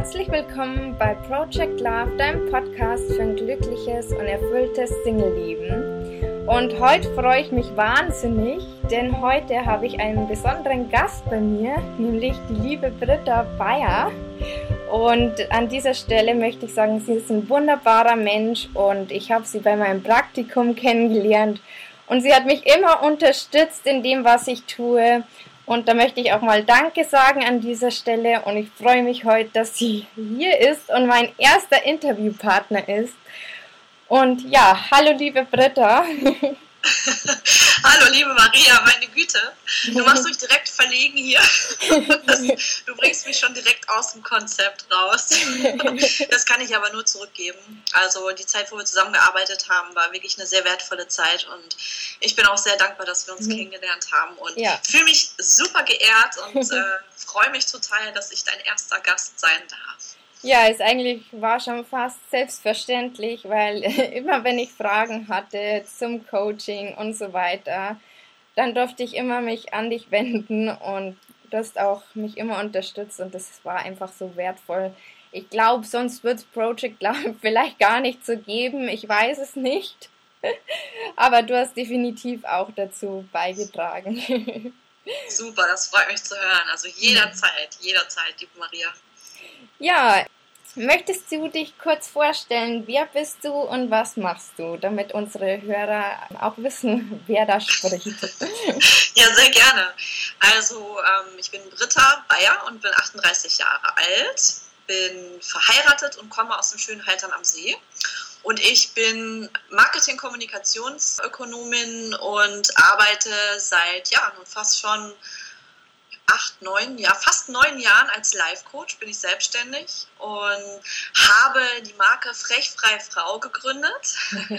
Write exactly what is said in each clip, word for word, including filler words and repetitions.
Herzlich willkommen bei Project Love, deinem Podcast für ein glückliches und erfülltes Single-Leben. Und heute freue ich mich wahnsinnig, denn heute habe ich einen besonderen Gast bei mir, nämlich die liebe Britta Bayer. Und an dieser Stelle möchte ich sagen, sie ist ein wunderbarer Mensch und ich habe sie bei meinem Praktikum kennengelernt. Und sie hat mich immer unterstützt in dem, was ich tue. Und da möchte ich auch mal Danke sagen an dieser Stelle. Und ich freue mich heute, dass sie hier ist und mein erster Interviewpartner ist. Und ja, hallo liebe Britta. Hallo liebe Maria, meine Güte, du machst mich direkt verlegen hier. Das, du bringst mich schon direkt aus dem Konzept raus. Das kann ich aber nur zurückgeben. Also die Zeit, wo wir zusammengearbeitet haben, war wirklich eine sehr wertvolle Zeit und ich bin auch sehr dankbar, dass wir uns mhm. kennengelernt haben und ja. fühle mich super geehrt und äh, freue mich total, dass ich dein erster Gast sein darf. Ja, es eigentlich war schon fast selbstverständlich, weil immer wenn ich Fragen hatte zum Coaching und so weiter, dann durfte ich immer mich an dich wenden und du hast auch mich immer unterstützt und das war einfach so wertvoll. Ich glaube, sonst wird es Project Love vielleicht gar nicht so geben, ich weiß es nicht, aber du hast definitiv auch dazu beigetragen. Super, das freut mich zu hören, also jederzeit, jederzeit, liebe Maria. Ja, möchtest du dich kurz vorstellen, wer bist du und was machst du, damit unsere Hörer auch wissen, wer da spricht? Ja, sehr gerne. Also ähm, ich bin Britta Bayer und bin achtunddreißig Jahre alt, bin verheiratet und komme aus dem schönen Haltern am See. Und ich bin Marketing-Kommunikationsökonomin und arbeite seit, ja, nun fast schon acht, neun, ja, fast neun Jahren als Life-Coach bin ich selbstständig und habe die Marke Frech Frei Frau gegründet,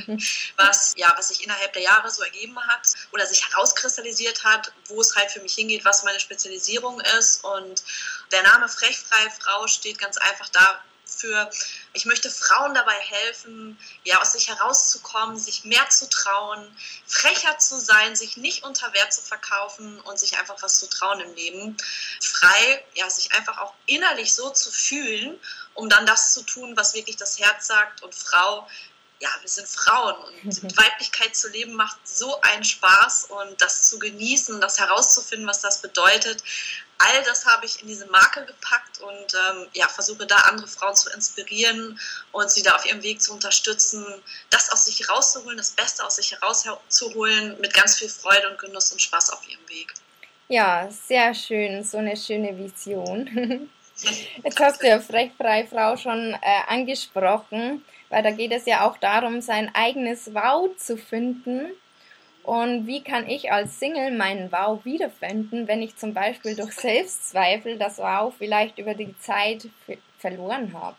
was, ja, was sich innerhalb der Jahre so ergeben hat oder sich herauskristallisiert hat, wo es halt für mich hingeht, was meine Spezialisierung ist. Und der Name Frech Frei Frau steht ganz einfach da, für, ich möchte Frauen dabei helfen, ja, aus sich herauszukommen, sich mehr zu trauen, frecher zu sein, sich nicht unter Wert zu verkaufen und sich einfach was zu trauen im Leben. Frei, ja, sich einfach auch innerlich so zu fühlen, um dann das zu tun, was wirklich das Herz sagt. Und Frau, ja, wir sind Frauen und Weiblichkeit zu leben macht so einen Spaß und das zu genießen, das herauszufinden, was das bedeutet. All das habe ich in diese Marke gepackt und ähm, ja, versuche da andere Frauen zu inspirieren und sie da auf ihrem Weg zu unterstützen, das aus sich herauszuholen, das Beste aus sich herauszuholen, mit ganz viel Freude und Genuss und Spaß auf ihrem Weg. Ja, sehr schön, so eine schöne Vision. Jetzt hast du ja Frech Frei Frau schon äh, angesprochen, weil da geht es ja auch darum, sein eigenes Wow zu finden. Und wie kann ich als Single meinen Wow wiederfinden, wenn ich zum Beispiel durch Selbstzweifel das Wow vielleicht über die Zeit f- verloren habe?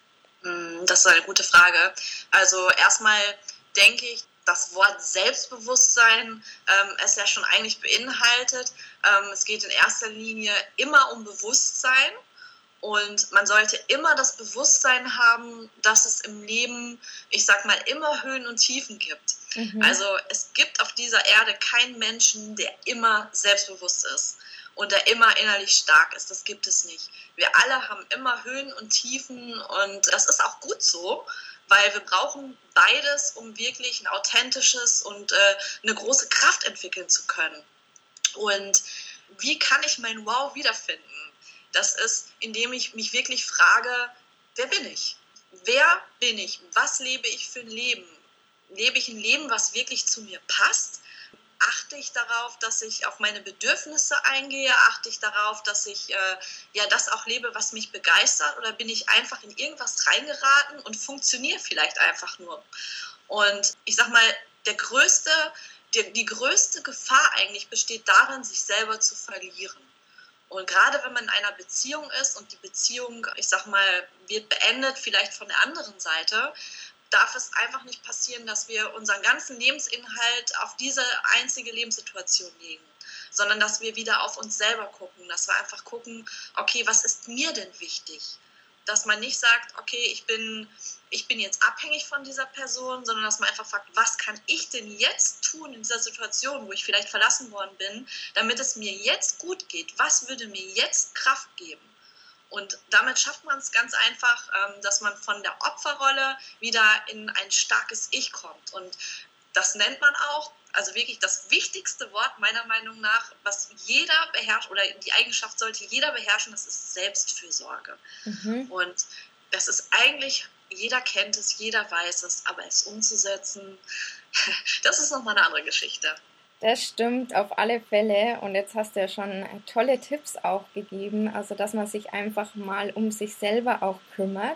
Das ist eine gute Frage. Also erstmal denke ich, das Wort Selbstbewusstsein ähm, es ja schon eigentlich beinhaltet. Ähm, es geht in erster Linie immer um Bewusstsein. Und man sollte immer das Bewusstsein haben, dass es im Leben, ich sag mal, immer Höhen und Tiefen gibt. Mhm. Also es gibt auf dieser Erde keinen Menschen, der immer selbstbewusst ist und der immer innerlich stark ist. Das gibt es nicht. Wir alle haben immer Höhen und Tiefen und das ist auch gut so, weil wir brauchen beides, um wirklich ein authentisches und äh, eine große Kraft entwickeln zu können. Und wie kann ich mein Wow wiederfinden? Das ist, indem ich mich wirklich frage, wer bin ich? Wer bin ich? Was lebe ich für ein Leben? Lebe ich ein Leben, was wirklich zu mir passt? Achte ich darauf, dass ich auf meine Bedürfnisse eingehe? Achte ich darauf, dass ich äh, ja das auch lebe, was mich begeistert? Oder bin ich einfach in irgendwas reingeraten und funktioniere vielleicht einfach nur? Und ich sag mal, der größte, die, die größte Gefahr eigentlich besteht darin, sich selber zu verlieren. Und gerade wenn man in einer Beziehung ist und die Beziehung, ich sag mal, wird beendet, vielleicht von der anderen Seite, darf es einfach nicht passieren, dass wir unseren ganzen Lebensinhalt auf diese einzige Lebenssituation legen, sondern dass wir wieder auf uns selber gucken, dass wir einfach gucken, okay, was ist mir denn wichtig? Dass man nicht sagt, okay, ich bin, ich bin jetzt abhängig von dieser Person, sondern dass man einfach fragt, was kann ich denn jetzt tun in dieser Situation, wo ich vielleicht verlassen worden bin, damit es mir jetzt gut geht? Was würde mir jetzt Kraft geben? Und damit schafft man es ganz einfach, dass man von der Opferrolle wieder in ein starkes Ich kommt. Und das nennt man auch, also wirklich das wichtigste Wort meiner Meinung nach, was jeder beherrscht, oder die Eigenschaft sollte jeder beherrschen, das ist Selbstfürsorge. Mhm. Und das ist eigentlich, jeder kennt es, jeder weiß es, aber es umzusetzen, das ist nochmal eine andere Geschichte. Das stimmt auf alle Fälle, und jetzt hast du ja schon tolle Tipps auch gegeben, also dass man sich einfach mal um sich selber auch kümmert.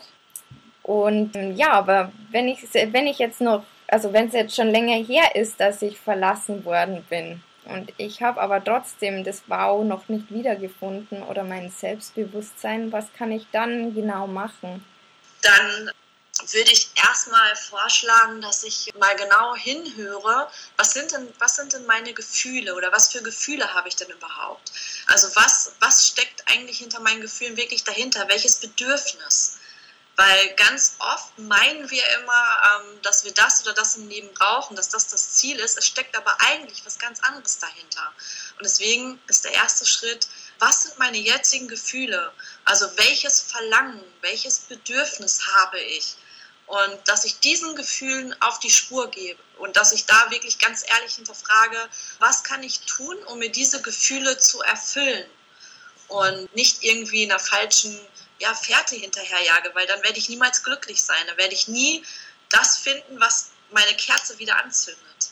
Und ja, aber wenn ich, wenn ich jetzt noch, also wenn es jetzt schon länger her ist, dass ich verlassen worden bin und ich habe aber trotzdem das Wow noch nicht wiedergefunden oder mein Selbstbewusstsein, was kann ich dann genau machen? Dann würde ich erstmal vorschlagen, dass ich mal genau hinhöre, was sind denn, was sind denn meine Gefühle oder was für Gefühle habe ich denn überhaupt? Also was, was steckt eigentlich hinter meinen Gefühlen wirklich dahinter? Welches Bedürfnis? Weil ganz oft meinen wir immer, dass wir das oder das im Leben brauchen, dass das das Ziel ist. Es steckt aber eigentlich was ganz anderes dahinter. Und deswegen ist der erste Schritt, was sind meine jetzigen Gefühle? Also welches Verlangen, welches Bedürfnis habe ich? Und dass ich diesen Gefühlen auf die Spur gebe und dass ich da wirklich ganz ehrlich hinterfrage, was kann ich tun, um mir diese Gefühle zu erfüllen und nicht irgendwie in einer falschen ja, Fährte hinterherjage, weil dann werde ich niemals glücklich sein, dann werde ich nie das finden, was meine Kerze wieder anzündet.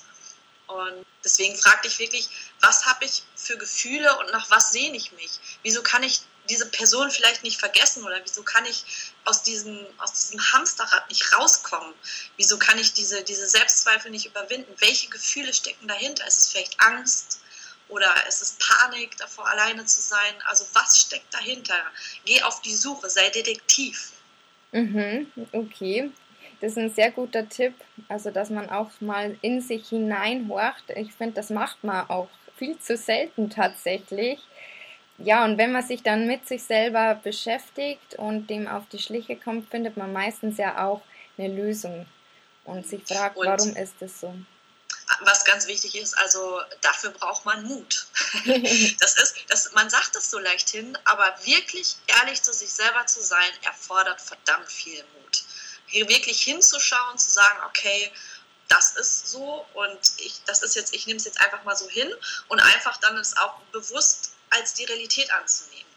Und deswegen frag dich wirklich, was habe ich für Gefühle und nach was sehne ich mich? Wieso kann ich diese Person vielleicht nicht vergessen oder wieso kann ich aus diesem, aus diesem Hamsterrad nicht rauskommen? Wieso kann ich diese, diese Selbstzweifel nicht überwinden? Welche Gefühle stecken dahinter? Ist es vielleicht Angst oder ist es Panik, davor alleine zu sein? Also was steckt dahinter? Geh auf die Suche, sei Detektiv. Mhm, okay. Das ist ein sehr guter Tipp, also dass man auch mal in sich hineinhorcht. Ich finde, das macht man auch viel zu selten tatsächlich. Ja, und wenn man sich dann mit sich selber beschäftigt und dem auf die Schliche kommt, findet man meistens ja auch eine Lösung und sich fragt, und warum ist das so? Was ganz wichtig ist, also dafür braucht man Mut. Das ist, das, man sagt das so leicht hin, aber wirklich ehrlich zu sich selber zu sein, erfordert verdammt viel Mut. Hier wirklich hinzuschauen, zu sagen, okay, das ist so und ich, das ist jetzt, ich nehme es jetzt einfach mal so hin und einfach dann es auch bewusst als die Realität anzunehmen.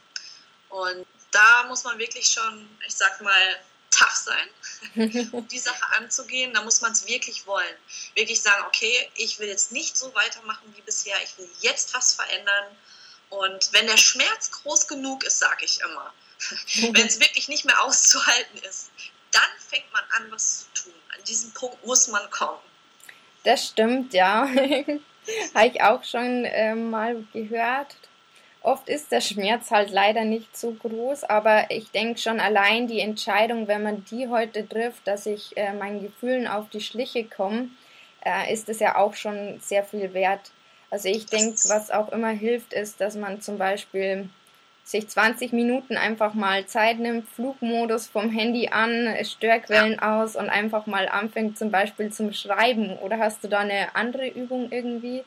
Und da muss man wirklich schon, ich sag mal, tough sein, um die Sache anzugehen. Da muss man es wirklich wollen. Wirklich sagen, okay, ich will jetzt nicht so weitermachen wie bisher, ich will jetzt was verändern. Und wenn der Schmerz groß genug ist, sage ich immer, wenn es wirklich nicht mehr auszuhalten ist, dann fängt man an, was zu tun. An diesen Punkt muss man kommen. Das stimmt, ja. Habe ich auch schon äh, mal gehört. Oft ist der Schmerz halt leider nicht so groß, aber ich denke schon allein die Entscheidung, wenn man die heute trifft, dass ich äh, meinen Gefühlen auf die Schliche komme, äh, ist es ja auch schon sehr viel wert. Also ich denke, was auch immer hilft, ist, dass man zum Beispiel sich zwanzig Minuten einfach mal Zeit nimmt, Flugmodus vom Handy an, Störquellen ja. aus und einfach mal anfängt zum Beispiel zum Schreiben. Oder hast du da eine andere Übung irgendwie?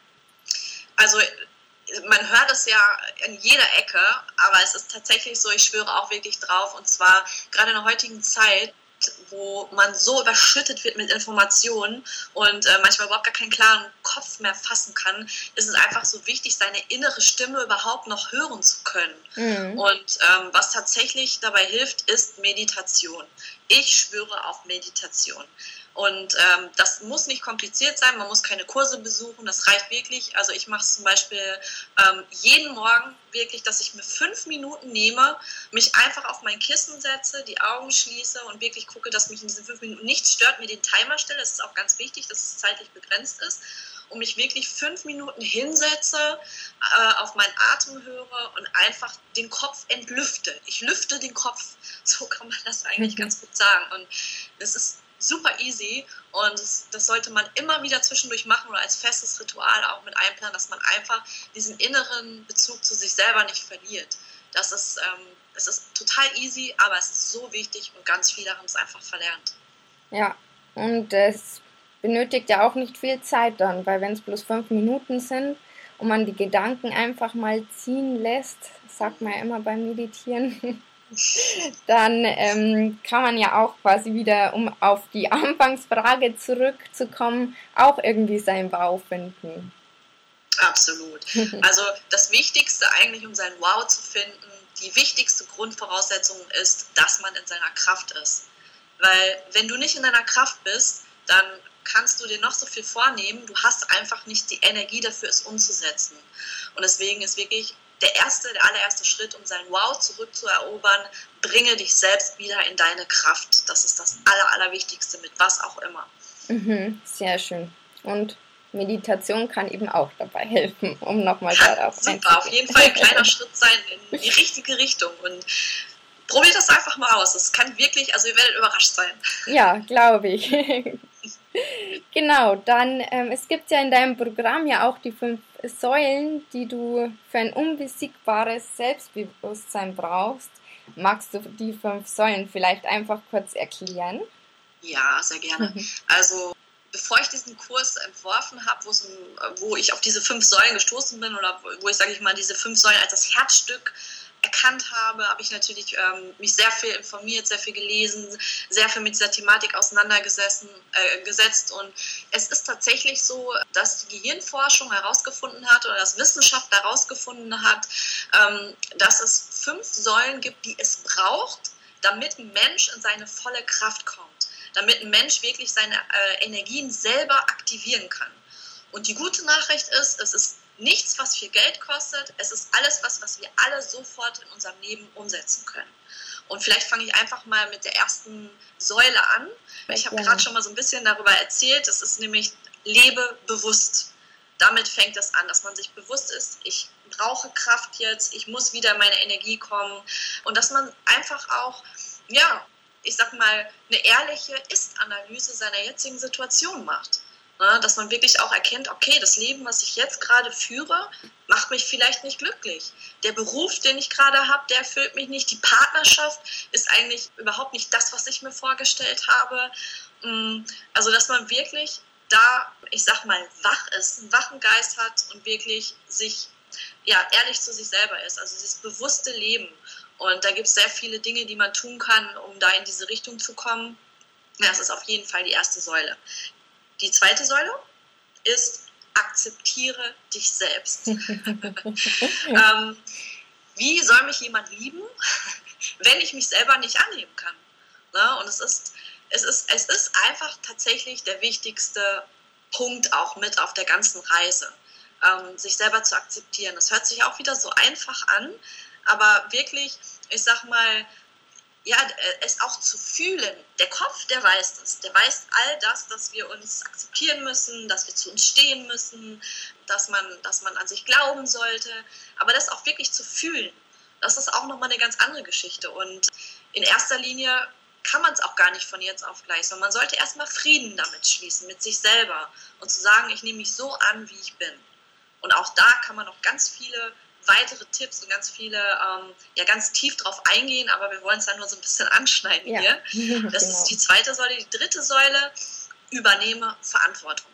Also man hört es ja in jeder Ecke, aber es ist tatsächlich so, ich schwöre auch wirklich drauf, und zwar gerade in der heutigen Zeit, wo man so überschüttet wird mit Informationen und äh, manchmal überhaupt gar keinen klaren Kopf mehr fassen kann, ist es einfach so wichtig, seine innere Stimme überhaupt noch hören zu können. Mhm. Und ähm, was tatsächlich dabei hilft, ist Meditation. Ich schwöre auf Meditation. Und ähm, das muss nicht kompliziert sein, man muss keine Kurse besuchen, das reicht wirklich. Also ich mache es zum Beispiel ähm, jeden Morgen wirklich, dass ich mir fünf Minuten nehme, mich einfach auf mein Kissen setze, die Augen schließe und wirklich gucke, dass mich in diesen fünf Minuten nichts stört, mir den Timer stelle, das ist auch ganz wichtig, dass es zeitlich begrenzt ist, und mich wirklich fünf Minuten hinsetze, äh, auf meinen Atem höre und einfach den Kopf entlüfte. Ich lüfte den Kopf, so kann man das eigentlich mhm. ganz gut sagen. Und das ist super easy und das, das sollte man immer wieder zwischendurch machen oder als festes Ritual auch mit einplanen, dass man einfach diesen inneren Bezug zu sich selber nicht verliert. Das ist, ähm, es ist total easy, aber es ist so wichtig und ganz viele haben es einfach verlernt. Ja, und es benötigt ja auch nicht viel Zeit dann, weil wenn es bloß fünf Minuten sind und man die Gedanken einfach mal ziehen lässt, sagt man ja immer beim Meditieren, Dann ähm, kann man ja auch quasi wieder, um auf die Anfangsfrage zurückzukommen, auch irgendwie seinen Wow finden. Absolut. Also das Wichtigste eigentlich, um sein Wow zu finden, die wichtigste Grundvoraussetzung ist, dass man in seiner Kraft ist. Weil wenn du nicht in deiner Kraft bist, dann kannst du dir noch so viel vornehmen, du hast einfach nicht die Energie dafür, es umzusetzen. Und deswegen ist wirklich der erste, der allererste Schritt, um sein Wow zurückzuerobern, bringe dich selbst wieder in deine Kraft. Das ist das Aller, Allerwichtigste, mit was auch immer. Mhm, sehr schön. Und Meditation kann eben auch dabei helfen, um nochmal darauf einzugehen. Super, auf jeden Fall ein kleiner Schritt sein in die richtige Richtung. Und probiert das einfach mal aus. Es kann wirklich, also ihr werdet überrascht sein. Ja, glaube ich. Genau, dann, ähm, es gibt ja in deinem Programm ja auch die fünf Säulen, die du für ein unbesiegbares Selbstbewusstsein brauchst. Magst du die fünf Säulen vielleicht einfach kurz erklären? Ja, sehr gerne. Mhm. Also, bevor ich diesen Kurs entworfen habe, wo ich auf diese fünf Säulen gestoßen bin oder wo ich, sage ich mal, diese fünf Säulen als das Herzstück erkannt habe, habe ich natürlich ähm, mich sehr viel informiert, sehr viel gelesen, sehr viel mit dieser Thematik auseinandergesetzt äh, gesetzt. Und es ist tatsächlich so, dass die Gehirnforschung herausgefunden hat oder dass Wissenschaft herausgefunden hat, ähm, dass es fünf Säulen gibt, die es braucht, damit ein Mensch in seine volle Kraft kommt, damit ein Mensch wirklich seine äh, Energien selber aktivieren kann. Und die gute Nachricht ist, es ist nichts, was viel Geld kostet. Es ist alles, was, was wir alle sofort in unserem Leben umsetzen können. Und vielleicht fange ich einfach mal mit der ersten Säule an. Ich habe gerade schon mal so ein bisschen darüber erzählt. Es ist nämlich lebe bewusst. Damit fängt es an, dass man sich bewusst ist, ich brauche Kraft jetzt, ich muss wieder in meine Energie kommen. Und dass man einfach auch, ja, ich sag mal, eine ehrliche Ist-Analyse seiner jetzigen Situation macht. Dass man wirklich auch erkennt, okay, das Leben, was ich jetzt gerade führe, macht mich vielleicht nicht glücklich. Der Beruf, den ich gerade habe, der erfüllt mich nicht. Die Partnerschaft ist eigentlich überhaupt nicht das, was ich mir vorgestellt habe. Also, dass man wirklich da, ich sag mal, wach ist, einen wachen Geist hat und wirklich sich, ja, ehrlich zu sich selber ist. Also dieses bewusste Leben. Und da gibt es sehr viele Dinge, die man tun kann, um da in diese Richtung zu kommen. Das ist auf jeden Fall die erste Säule. Die zweite Säule ist, akzeptiere dich selbst. ähm, wie soll mich jemand lieben, wenn ich mich selber nicht annehmen kann? Ne? Und es ist, es, ist, es ist einfach tatsächlich der wichtigste Punkt auch mit auf der ganzen Reise, ähm, sich selber zu akzeptieren. Das hört sich auch wieder so einfach an, aber wirklich, ich sag mal, ja, es auch zu fühlen. Der Kopf, der weiß das. Der weiß all das, dass wir uns akzeptieren müssen, dass wir zu uns stehen müssen, dass man, dass man an sich glauben sollte. Aber das auch wirklich zu fühlen, das ist auch nochmal eine ganz andere Geschichte. Und in erster Linie kann man es auch gar nicht von jetzt auf gleich, sondern man sollte erstmal Frieden damit schließen, mit sich selber und zu sagen, ich nehme mich so an, wie ich bin. Und auch da kann man noch ganz viele weitere Tipps und ganz viele, ähm, ja, ganz tief drauf eingehen, aber wir wollen es dann nur so ein bisschen anschneiden ja. hier. Das genau. ist die zweite Säule. Die dritte Säule, übernehme Verantwortung.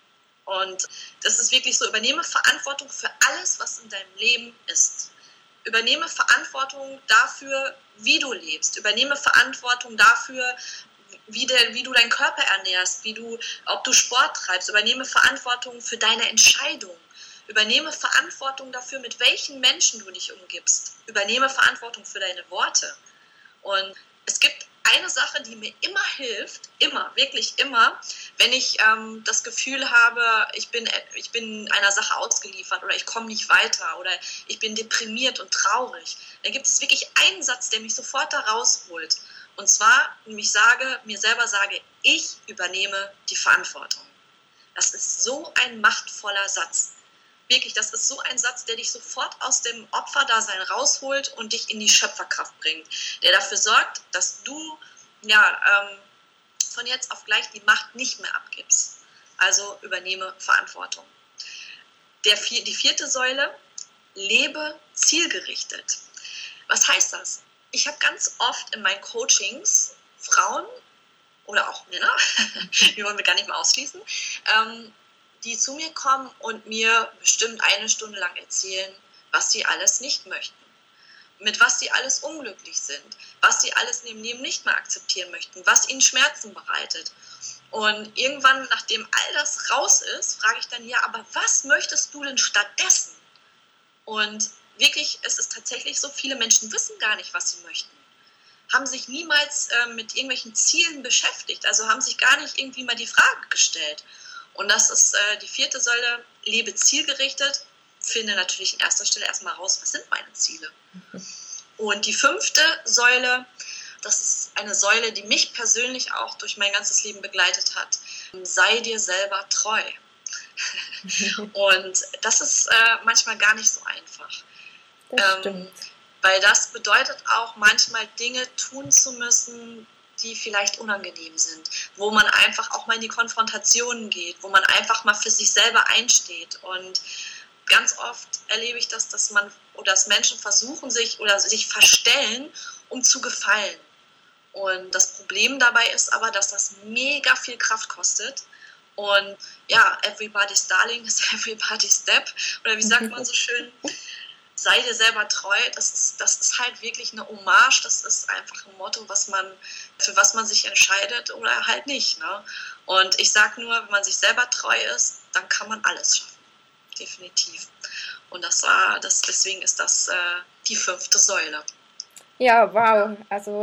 Und das ist wirklich so, übernehme Verantwortung für alles, was in deinem Leben ist. Übernehme Verantwortung dafür, wie du lebst. Übernehme Verantwortung dafür, wie, der, wie du deinen Körper ernährst, wie du, ob du Sport treibst. Übernehme Verantwortung für deine Entscheidung. Übernehme Verantwortung dafür, mit welchen Menschen du dich umgibst. Übernehme Verantwortung für deine Worte. Und es gibt eine Sache, die mir immer hilft, immer, wirklich immer, wenn ich ähm, das Gefühl habe, ich bin, ich bin einer Sache ausgeliefert oder ich komme nicht weiter oder ich bin deprimiert und traurig. Dann gibt es wirklich einen Satz, der mich sofort da rausholt. Und zwar, ich sage, mir selber sage, ich übernehme die Verantwortung. Das ist so ein machtvoller Satz. Wirklich, das ist so ein Satz, der dich sofort aus dem Opferdasein rausholt und dich in die Schöpferkraft bringt. Der dafür sorgt, dass du ja, ähm, von jetzt auf gleich die Macht nicht mehr abgibst. Also übernehme Verantwortung. Der, die vierte Säule, lebe zielgerichtet. Was heißt das? Ich habe ganz oft in meinen Coachings Frauen oder auch Männer, die wollen wir gar nicht mehr ausschließen, ähm, die zu mir kommen und mir bestimmt eine Stunde lang erzählen, was sie alles nicht möchten. mit was sie alles unglücklich sind, was sie alles in ihrem Leben nicht mehr akzeptieren möchten, was ihnen Schmerzen bereitet. Und irgendwann, nachdem all das raus ist, frage ich dann, ja, aber was möchtest du denn stattdessen? Und wirklich, es ist tatsächlich so, viele Menschen wissen gar nicht, was sie möchten, haben sich niemals äh, mit irgendwelchen Zielen beschäftigt, also haben sich gar nicht irgendwie mal die Frage gestellt. Und das ist äh, die vierte Säule, lebe zielgerichtet, finde natürlich in erster Stelle erstmal raus, was sind meine Ziele. Mhm. Und die fünfte Säule, das ist eine Säule, die mich persönlich auch durch mein ganzes Leben begleitet hat. Sei dir selber treu. Und das ist äh, manchmal gar nicht so einfach. Das stimmt. Ähm, weil das bedeutet auch manchmal Dinge tun zu müssen, die vielleicht unangenehm sind, wo man einfach auch mal in die Konfrontationen geht, wo man einfach mal für sich selber einsteht. Und ganz oft erlebe ich das, dass man oder dass Menschen versuchen sich oder sich verstellen, um zu gefallen. Und das Problem dabei ist aber, dass das mega viel Kraft kostet. Und ja, everybody's darling is everybody's step. Oder wie sagt man so schön? Sei dir selber treu. Das ist, das ist halt wirklich eine Hommage. Das ist einfach ein Motto, was man, für was man sich entscheidet oder halt nicht. Ne? Und ich sage nur, wenn man sich selber treu ist, dann kann man alles schaffen. Definitiv. Und das war, das, deswegen ist das äh, die fünfte Säule. Ja, wow. Also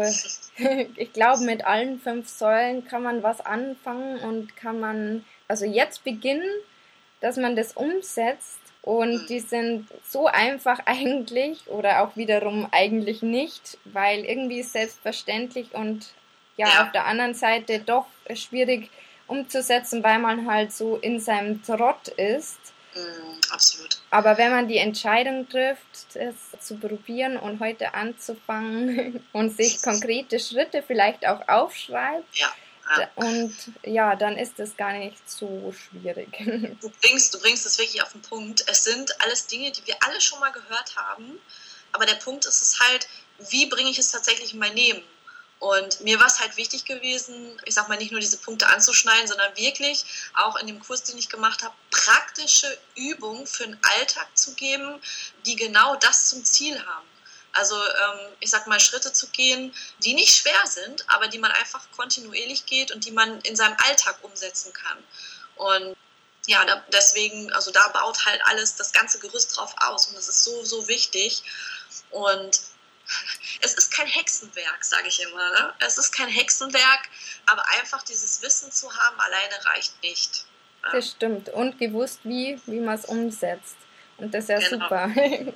ich glaube, mit allen fünf Säulen kann man was anfangen und kann man also jetzt beginnen, dass man das umsetzt. Und die sind so einfach eigentlich oder auch wiederum eigentlich nicht, weil irgendwie selbstverständlich und ja, ja. auf der anderen Seite doch schwierig umzusetzen, weil man halt so in seinem Trott ist. Mm, absolut. Aber wenn man die Entscheidung trifft, es zu probieren und heute anzufangen und sich konkrete Schritte vielleicht auch aufschreibt, ja, ja. und ja, dann ist es gar nicht so schwierig. Du bringst, du bringst es wirklich auf den Punkt. Es sind alles Dinge, die wir alle schon mal gehört haben, aber der Punkt ist es halt, wie bringe ich es tatsächlich in mein Leben? Und mir war es halt wichtig gewesen, ich sag mal, nicht nur diese Punkte anzuschneiden, sondern wirklich auch in dem Kurs, den ich gemacht habe, praktische Übungen für den Alltag zu geben, die genau das zum Ziel haben. Also ähm, ich sag mal, Schritte zu gehen, die nicht schwer sind, aber die man einfach kontinuierlich geht und die man in seinem Alltag umsetzen kann. Und ja, da, deswegen, also da baut halt alles, das ganze Gerüst drauf aus und das ist so, so wichtig. Und es ist kein Hexenwerk, sage ich immer. Ne? Es ist kein Hexenwerk, aber einfach dieses Wissen zu haben, alleine reicht nicht. Ja. Das stimmt. Und gewusst, wie, wie man es umsetzt. Und das ist ja genau. super.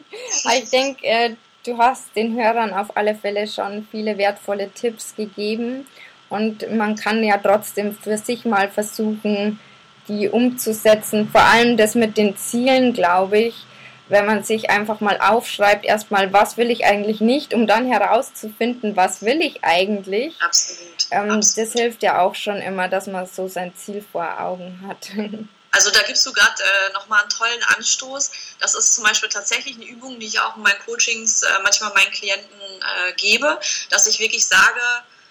Ich denke, äh, du hast den Hörern auf alle Fälle schon viele wertvolle Tipps gegeben. Und man kann ja trotzdem für sich mal versuchen, die umzusetzen. Vor allem das mit den Zielen, glaube ich. Wenn man sich einfach mal aufschreibt, erstmal, was will ich eigentlich nicht, um dann herauszufinden, was will ich eigentlich. Absolut. Ähm, Absolut. Das hilft ja auch schon immer, dass man so sein Ziel vor Augen hat. Also da gibst du gerade äh, nochmal einen tollen Anstoß. Das ist zum Beispiel tatsächlich eine Übung, die ich auch in meinen Coachings äh, manchmal meinen Klienten äh, gebe, dass ich wirklich sage,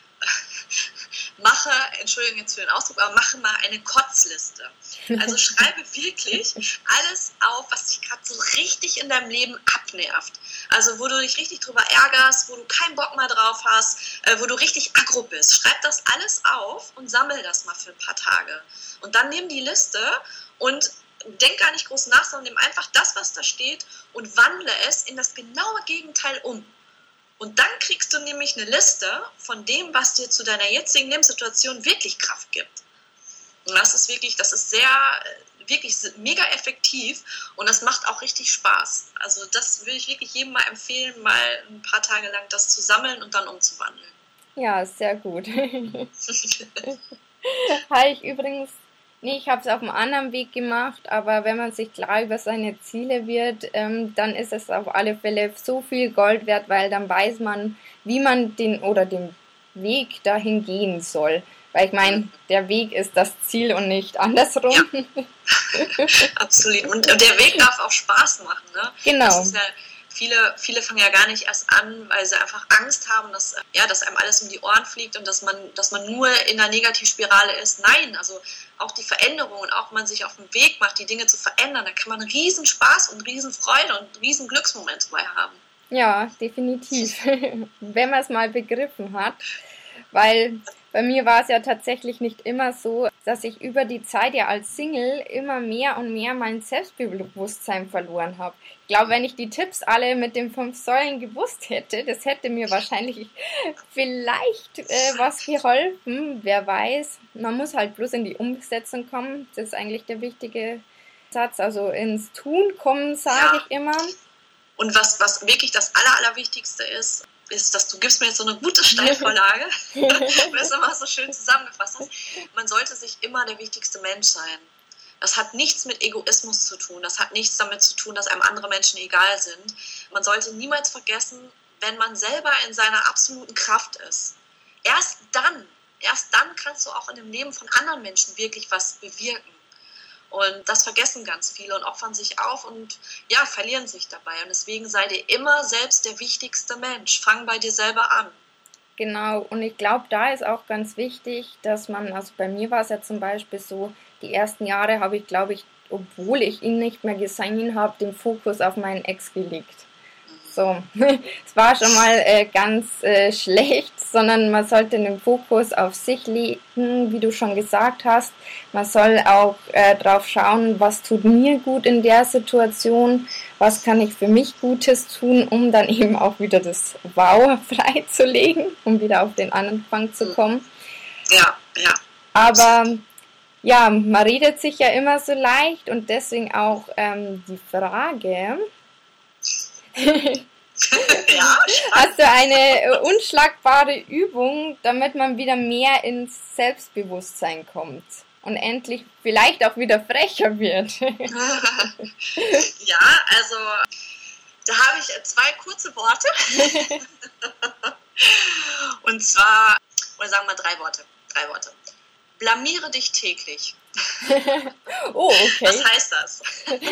mache, Entschuldigung jetzt für den Ausdruck, aber mache mal eine Kotzliste. Also schreibe wirklich alles auf, was dich gerade so richtig in deinem Leben abnervt. Also wo du dich richtig drüber ärgerst, wo du keinen Bock mehr drauf hast, äh, wo du richtig aggro bist. Schreib das alles auf und sammel das mal für ein paar Tage. Und dann nimm die Liste und denk gar nicht groß nach, sondern nimm einfach das, was da steht und wandle es in das genaue Gegenteil um. Und dann kriegst du nämlich eine Liste von dem, was dir zu deiner jetzigen Lebenssituation wirklich Kraft gibt. Und das ist wirklich, das ist sehr, wirklich mega effektiv und das macht auch richtig Spaß. Also das würde ich wirklich jedem mal empfehlen, mal ein paar Tage lang das zu sammeln und dann umzuwandeln. Ja, sehr gut. Habe ich übrigens, nee, ich habe es auf einem anderen Weg gemacht, aber wenn man sich klar über seine Ziele wird, ähm, dann ist es auf alle Fälle so viel Gold wert, weil dann weiß man, wie man den oder den Weg dahin gehen soll. Weil ich meine, der Weg ist das Ziel und nicht andersrum. Ja. Absolut. Und der Weg darf auch Spaß machen. Ne? Genau. Das ist ja, viele, viele fangen ja gar nicht erst an, weil sie einfach Angst haben, dass, ja, dass einem alles um die Ohren fliegt und dass man, dass man nur in einer Negativspirale ist. Nein, also auch die Veränderung und auch wenn man sich auf den Weg macht, die Dinge zu verändern, da kann man riesen Spaß und riesen Freude und riesen Glücksmomente bei haben. Ja, definitiv. Wenn man es mal begriffen hat. Weil bei mir war es ja tatsächlich nicht immer so, dass ich über die Zeit ja als Single immer mehr und mehr mein Selbstbewusstsein verloren habe. Ich glaube, wenn ich die Tipps alle mit den fünf Säulen gewusst hätte, das hätte mir wahrscheinlich vielleicht äh, was geholfen. Wer weiß. Man muss halt bloß in die Umsetzung kommen. Das ist eigentlich der wichtige Satz. Also ins Tun kommen, sage Ja. ich immer. Und was, was wirklich das Aller, Allerwichtigste ist, ist, dass du gibst mir jetzt so eine gute Steilvorlage, weil du es immer so schön zusammengefasst hast. Man sollte sich immer der wichtigste Mensch sein. Das hat nichts mit Egoismus zu tun. Das hat nichts damit zu tun, dass einem andere Menschen egal sind. Man sollte niemals vergessen, wenn man selber in seiner absoluten Kraft ist. Erst dann, erst dann kannst du auch in dem Leben von anderen Menschen wirklich was bewirken. Und das vergessen ganz viele und opfern sich auf und ja, verlieren sich dabei. Und deswegen sei dir immer selbst der wichtigste Mensch. Fang bei dir selber an. Genau, und ich glaube, da ist auch ganz wichtig, dass man, also bei mir war es ja zum Beispiel so, die ersten Jahre habe ich, glaube ich, obwohl ich ihn nicht mehr gesehen habe, den Fokus auf meinen Ex gelegt. So, es war schon mal äh, ganz äh, schlecht, sondern man sollte den Fokus auf sich legen, wie du schon gesagt hast. Man soll auch äh, drauf schauen, was tut mir gut in der Situation, was kann ich für mich Gutes tun, um dann eben auch wieder das Wow freizulegen, um wieder auf den Anfang zu kommen. Ja, ja. Aber ja, man redet sich ja immer so leicht und deswegen auch ähm, die Frage... Ja, hast du eine unschlagbare Übung, damit man wieder mehr ins Selbstbewusstsein kommt und endlich vielleicht auch wieder frecher wird? Ja, also da habe ich zwei kurze Worte. Und zwar, oder sagen wir drei Worte. Drei Worte. Blamiere dich täglich. Oh, okay. Was heißt das?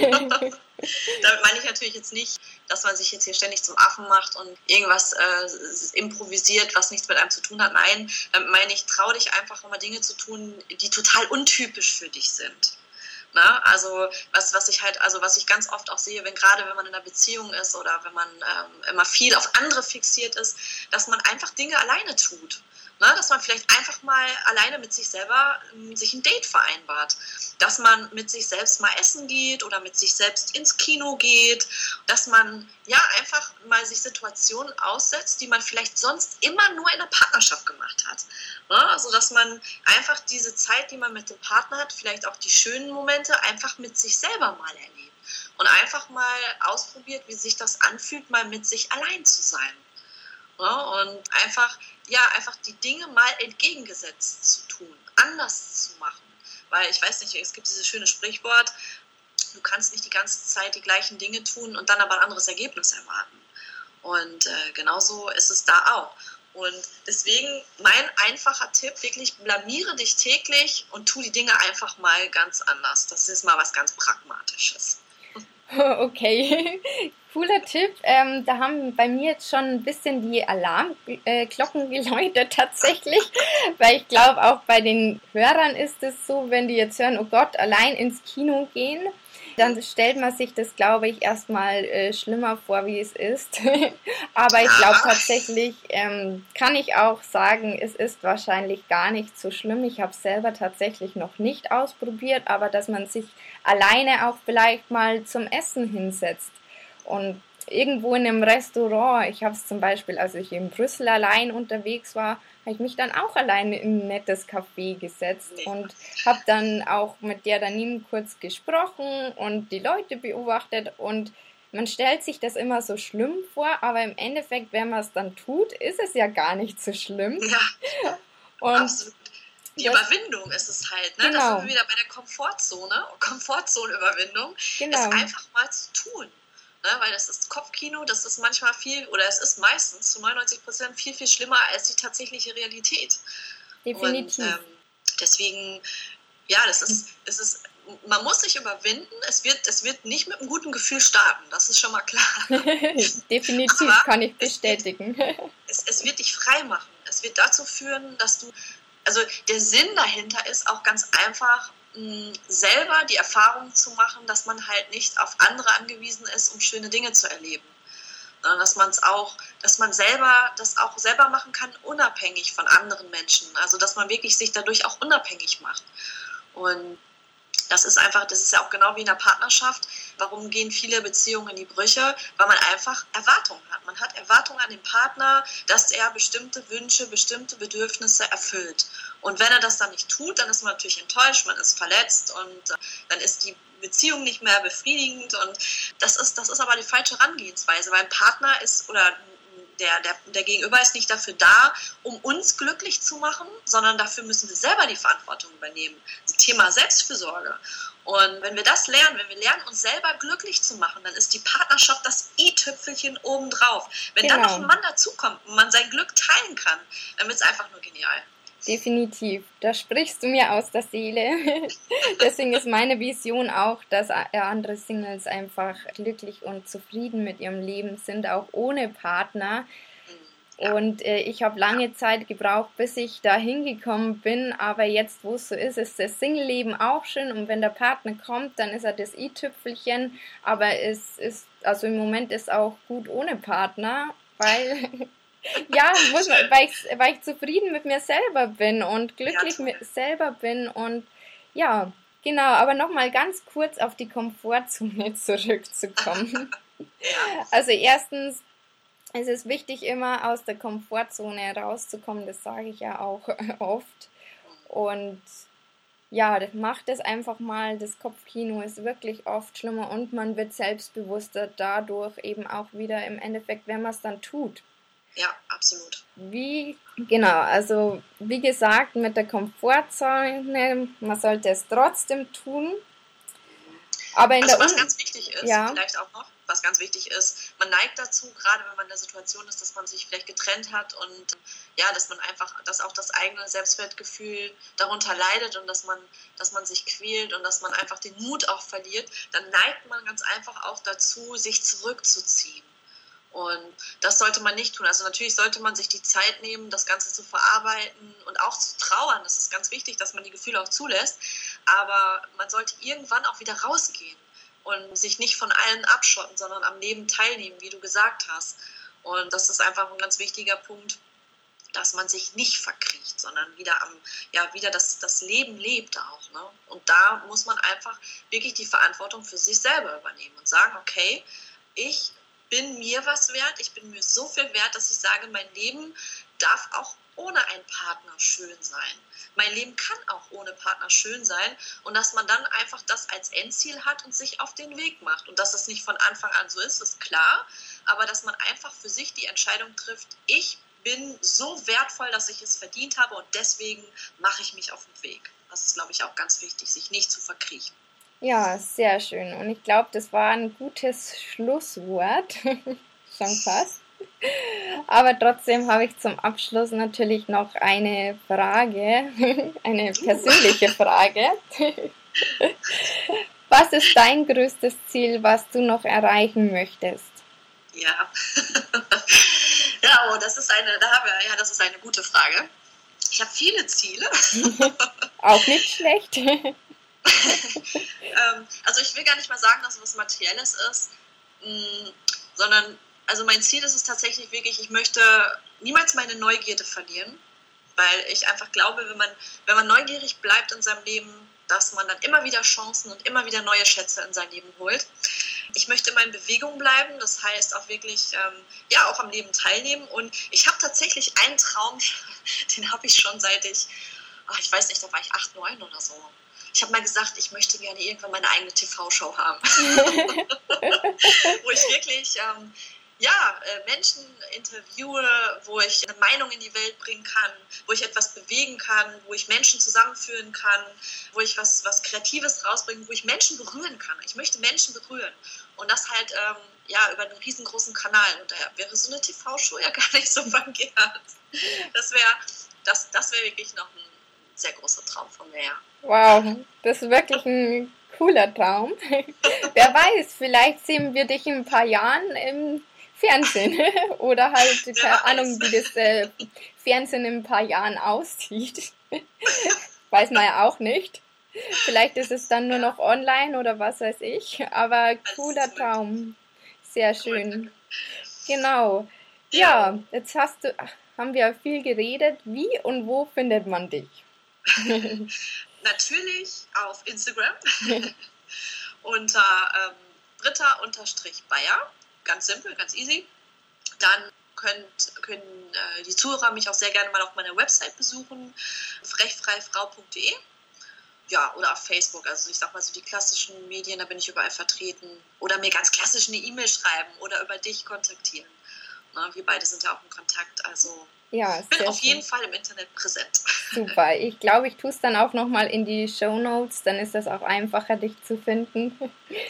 Damit meine ich natürlich jetzt nicht, dass man sich jetzt hier ständig zum Affen macht und irgendwas äh, improvisiert, was nichts mit einem zu tun hat. Nein, damit meine ich, trau dich einfach immer Dinge zu tun, die total untypisch für dich sind. Na, also was, was ich halt, also was ich ganz oft auch sehe, wenn gerade wenn man in einer Beziehung ist oder wenn man ähm, immer viel auf andere fixiert ist, dass man einfach Dinge alleine tut. Ne, dass man vielleicht einfach mal alleine mit sich selber ähm, sich ein Date vereinbart. Dass man mit sich selbst mal essen geht oder mit sich selbst ins Kino geht. Dass man ja einfach mal sich Situationen aussetzt, die man vielleicht sonst immer nur in der Partnerschaft gemacht hat. Ne, also dass man einfach diese Zeit, die man mit dem Partner hat, vielleicht auch die schönen Momente, einfach mit sich selber mal erlebt. Und einfach mal ausprobiert, wie sich das anfühlt, mal mit sich allein zu sein. Ja, und einfach, ja, einfach die Dinge mal entgegengesetzt zu tun, anders zu machen. Weil ich weiß nicht, es gibt dieses schöne Sprichwort, du kannst nicht die ganze Zeit die gleichen Dinge tun und dann aber ein anderes Ergebnis erwarten. Und äh, genauso ist es da auch. Und deswegen mein einfacher Tipp, wirklich blamiere dich täglich und tu die Dinge einfach mal ganz anders. Das ist mal was ganz Pragmatisches. Okay, cooler Tipp. Ähm, da haben bei mir jetzt schon ein bisschen die Alarmglocken äh, geläutet tatsächlich, weil ich glaube, auch bei den Hörern ist es so, wenn die jetzt hören, oh Gott, allein ins Kino gehen, dann stellt man sich das, glaube ich, erstmal äh, schlimmer vor, wie es ist. Aber ich glaube tatsächlich, ähm, kann ich auch sagen, es ist wahrscheinlich gar nicht so schlimm. Ich habe es selber tatsächlich noch nicht ausprobiert, aber dass man sich alleine auch vielleicht mal zum Essen hinsetzt und irgendwo in einem Restaurant, ich habe es zum Beispiel, als ich in Brüssel allein unterwegs war, habe ich mich dann auch alleine in ein nettes Café gesetzt und habe dann auch mit der daneben kurz gesprochen und die Leute beobachtet und man stellt sich das immer so schlimm vor, aber im Endeffekt, wenn man es dann tut, ist es ja gar nicht so schlimm. Ja, und absolut. Die Überwindung ist es halt, ne? Genau. Da sind wir wieder bei der Komfortzone, Komfortzone-Überwindung, Genau. es einfach mal zu tun. Ne? Weil das ist Kopfkino, das ist manchmal viel, oder es ist meistens zu neunundneunzig Prozent viel, viel schlimmer als die tatsächliche Realität. Definitiv. Und ähm, deswegen, ja, das ist, das ist, man muss sich überwinden, es wird, es wird nicht mit einem guten Gefühl starten, das ist schon mal klar. Definitiv, Aber kann ich bestätigen. Es wird, es, es wird dich frei machen, es wird dazu führen, dass du, also der Sinn dahinter ist auch ganz einfach, mh, selber die Erfahrung zu machen, dass man halt nicht auf andere angewiesen ist, um schöne Dinge zu erleben. sondern dass man es auch, dass man selber das auch selber machen kann, unabhängig von anderen Menschen. Also dass man wirklich sich dadurch auch unabhängig macht. Und das ist einfach, das ist ja auch genau wie in der Partnerschaft. Warum gehen viele Beziehungen in die Brüche? Weil man einfach Erwartungen hat. Man hat Erwartungen an den Partner, dass er bestimmte Wünsche, bestimmte Bedürfnisse erfüllt. Und wenn er das dann nicht tut, dann ist man natürlich enttäuscht, man ist verletzt und dann ist die Beziehung nicht mehr befriedigend. Und das ist, das ist aber die falsche Herangehensweise, weil ein Partner ist oder Der, der, der Gegenüber ist nicht dafür da, um uns glücklich zu machen, sondern dafür müssen wir selber die Verantwortung übernehmen. Das Thema Selbstfürsorge. Und wenn wir das lernen, wenn wir lernen, uns selber glücklich zu machen, dann ist die Partnerschaft das i-Tüpfelchen obendrauf. Wenn genau. dann noch ein Mann dazukommt und man sein Glück teilen kann, dann wird es einfach nur genial. Definitiv, da sprichst du mir aus der Seele. Deswegen ist meine Vision auch, dass andere Singles einfach glücklich und zufrieden mit ihrem Leben sind, auch ohne Partner. Ja. Und äh, ich habe lange Zeit gebraucht, bis ich da hingekommen bin, aber jetzt, wo es so ist, ist das Single-Leben auch schön und wenn der Partner kommt, dann ist er das i-Tüpfelchen, aber es ist, also im Moment ist auch gut ohne Partner, weil... Ja, muss man, weil, ich, weil ich zufrieden mit mir selber bin und glücklich ja, mit selber bin und ja, genau, aber nochmal ganz kurz auf die Komfortzone zurückzukommen. Also erstens ist es wichtig, immer aus der Komfortzone rauszukommen, das sage ich ja auch oft und ja, das macht es einfach mal, das Kopfkino ist wirklich oft schlimmer und man wird selbstbewusster dadurch eben auch wieder im Endeffekt, wenn man es dann tut. Ja, absolut. Wie, genau, also wie gesagt, mit der Komfortzone, man sollte es trotzdem tun. Aber in also der was Un- ganz wichtig ist, ja. vielleicht auch noch, was ganz wichtig ist, man neigt dazu, gerade wenn man in der Situation ist, dass man sich vielleicht getrennt hat und ja, dass man einfach, dass auch das eigene Selbstwertgefühl darunter leidet und dass man, dass man sich quält und dass man einfach den Mut auch verliert, dann neigt man ganz einfach auch dazu, sich zurückzuziehen. Und das sollte man nicht tun. Also natürlich sollte man sich die Zeit nehmen, das Ganze zu verarbeiten und auch zu trauern. Das ist ganz wichtig, dass man die Gefühle auch zulässt. Aber man sollte irgendwann auch wieder rausgehen und sich nicht von allen abschotten, sondern am Leben teilnehmen, wie du gesagt hast. Und das ist einfach ein ganz wichtiger Punkt, dass man sich nicht verkriecht, sondern wieder am, ja, wieder das, das Leben lebt auch. Ne? Und da muss man einfach wirklich die Verantwortung für sich selber übernehmen und sagen, okay, ich bin mir was wert, ich bin mir so viel wert, dass ich sage, mein Leben darf auch ohne einen Partner schön sein. Mein Leben kann auch ohne Partner schön sein und dass man dann einfach das als Endziel hat und sich auf den Weg macht. Und dass das nicht von Anfang an so ist, ist klar, aber dass man einfach für sich die Entscheidung trifft, ich bin so wertvoll, dass ich es verdient habe und deswegen mache ich mich auf den Weg. Das ist, glaube ich, auch ganz wichtig, sich nicht zu verkriechen. Ja, sehr schön. Und ich glaube, das war ein gutes Schlusswort. Schon fast. Aber trotzdem habe ich zum Abschluss natürlich noch eine Frage, eine persönliche Frage. Was ist dein größtes Ziel, was du noch erreichen möchtest? Ja, ja, oh, das ist eine, da haben wir, ja, das ist eine gute Frage. Ich habe viele Ziele. Auch nicht schlecht. Also ich will gar nicht mal sagen, dass es was Materielles ist, sondern also mein Ziel ist es tatsächlich wirklich, ich möchte niemals meine Neugierde verlieren, weil ich einfach glaube, wenn man, wenn man neugierig bleibt in seinem Leben, dass man dann immer wieder Chancen und immer wieder neue Schätze in sein Leben holt. Ich möchte immer in Bewegung bleiben, das heißt auch wirklich, ähm, ja, auch am Leben teilnehmen und ich habe tatsächlich einen Traum, den habe ich schon seit ich, ach, ich weiß nicht, da war ich acht, neun oder so. Ich habe mal gesagt, ich möchte gerne irgendwann meine eigene T V-Show haben. Wo ich wirklich ähm, ja, äh, Menschen interviewe, wo ich eine Meinung in die Welt bringen kann, wo ich etwas bewegen kann, wo ich Menschen zusammenführen kann, wo ich was, was Kreatives rausbringe, wo ich Menschen berühren kann. Ich möchte Menschen berühren. Und das halt ähm, ja, über einen riesengroßen Kanal. Und daher wäre so eine T V-Show ja gar nicht so verkehrt. Das wäre das, das wär wirklich noch ein sehr großer Traum von mir, ja. Wow, das ist wirklich ein cooler Traum. Wer weiß, vielleicht sehen wir dich in ein paar Jahren im Fernsehen oder halt, keine ja, Ahnung, wie das äh, Fernsehen in ein paar Jahren aussieht. Weiß man ja auch nicht. Vielleicht ist es dann nur noch online oder was weiß ich, aber cooler Traum. Sehr schön. Genau. Ja, ja, jetzt hast du, haben wir viel geredet. Wie und wo findet man dich? Natürlich auf Instagram unter ähm, Britta-Bayer. Ganz simpel, ganz easy. Dann könnt, können äh, die Zuhörer mich auch sehr gerne mal auf meiner Website besuchen, frechfreifrau punkt de. Ja, oder auf Facebook, also ich sag mal so die klassischen Medien, da bin ich überall vertreten. Oder mir ganz klassisch eine E-Mail schreiben oder über dich kontaktieren. Na, wir beide sind ja auch in Kontakt, also ja, ich bin auf schön. jeden Fall im Internet präsent. Super, ich glaube, ich tue es dann auch nochmal in die Shownotes, dann ist das auch einfacher, dich zu finden.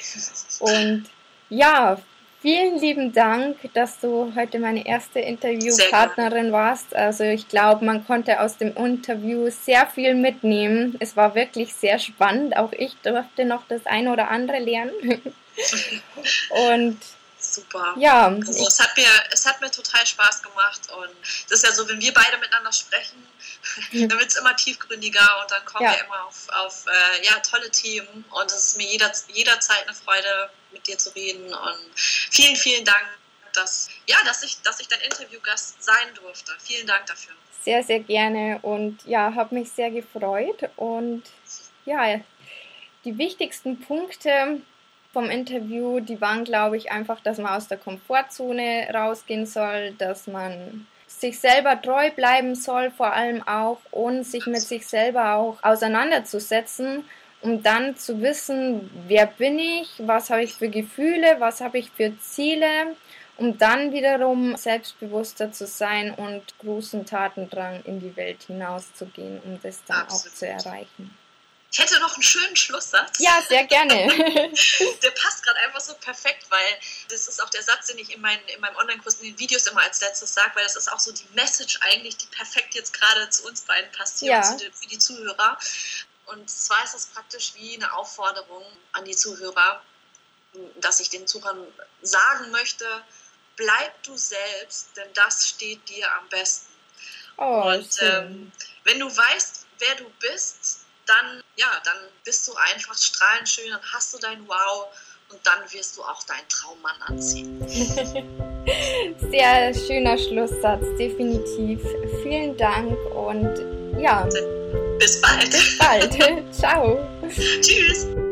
Und ja, vielen lieben Dank, dass du heute meine erste Interviewpartnerin warst. Also ich glaube, man konnte aus dem Interview sehr viel mitnehmen. Es war wirklich sehr spannend. Auch ich durfte noch das eine oder andere lernen. Und super. Ja, also es hat mir, es hat mir total Spaß gemacht und es ist ja so, wenn wir beide miteinander sprechen, dann wird es immer tiefgründiger und dann kommen ja. wir immer auf, auf äh, ja, tolle Themen und es ist mir jeder, jederzeit eine Freude, mit dir zu reden und vielen, vielen Dank, dass, ja, dass ich, dass ich dein Interviewgast sein durfte. Vielen Dank dafür. Sehr, sehr gerne und ja, habe mich sehr gefreut und ja, die wichtigsten Punkte vom Interview, die waren, glaube ich, einfach, dass man aus der Komfortzone rausgehen soll, dass man sich selber treu bleiben soll, vor allem auch, und sich mit sich selber auch auseinanderzusetzen, um dann zu wissen, wer bin ich, was habe ich für Gefühle, was habe ich für Ziele, um dann wiederum selbstbewusster zu sein und großen Tatendrang in die Welt hinauszugehen, um das dann Absolut. Auch zu erreichen. Ich hätte noch einen schönen Schlusssatz. Ja, sehr gerne. Der passt gerade einfach so perfekt, weil das ist auch der Satz, den ich in, mein, in meinem Online-Kurs, in den Videos immer als letztes sage, weil das ist auch so die Message eigentlich, die perfekt jetzt gerade zu uns beiden passt hier ja. und für die Zuhörer. Und zwar ist das praktisch wie eine Aufforderung an die Zuhörer, dass ich den Zuhörern sagen möchte, bleib du selbst, denn das steht dir am besten. Oh, und ähm, wenn du weißt, wer du bist, dann, ja, dann bist du einfach strahlend schön, dann hast du dein Wow und dann wirst du auch deinen Traummann anziehen. Sehr schöner Schlusssatz, definitiv. Vielen Dank und ja. Bis bald. Bis bald. Ciao. Tschüss.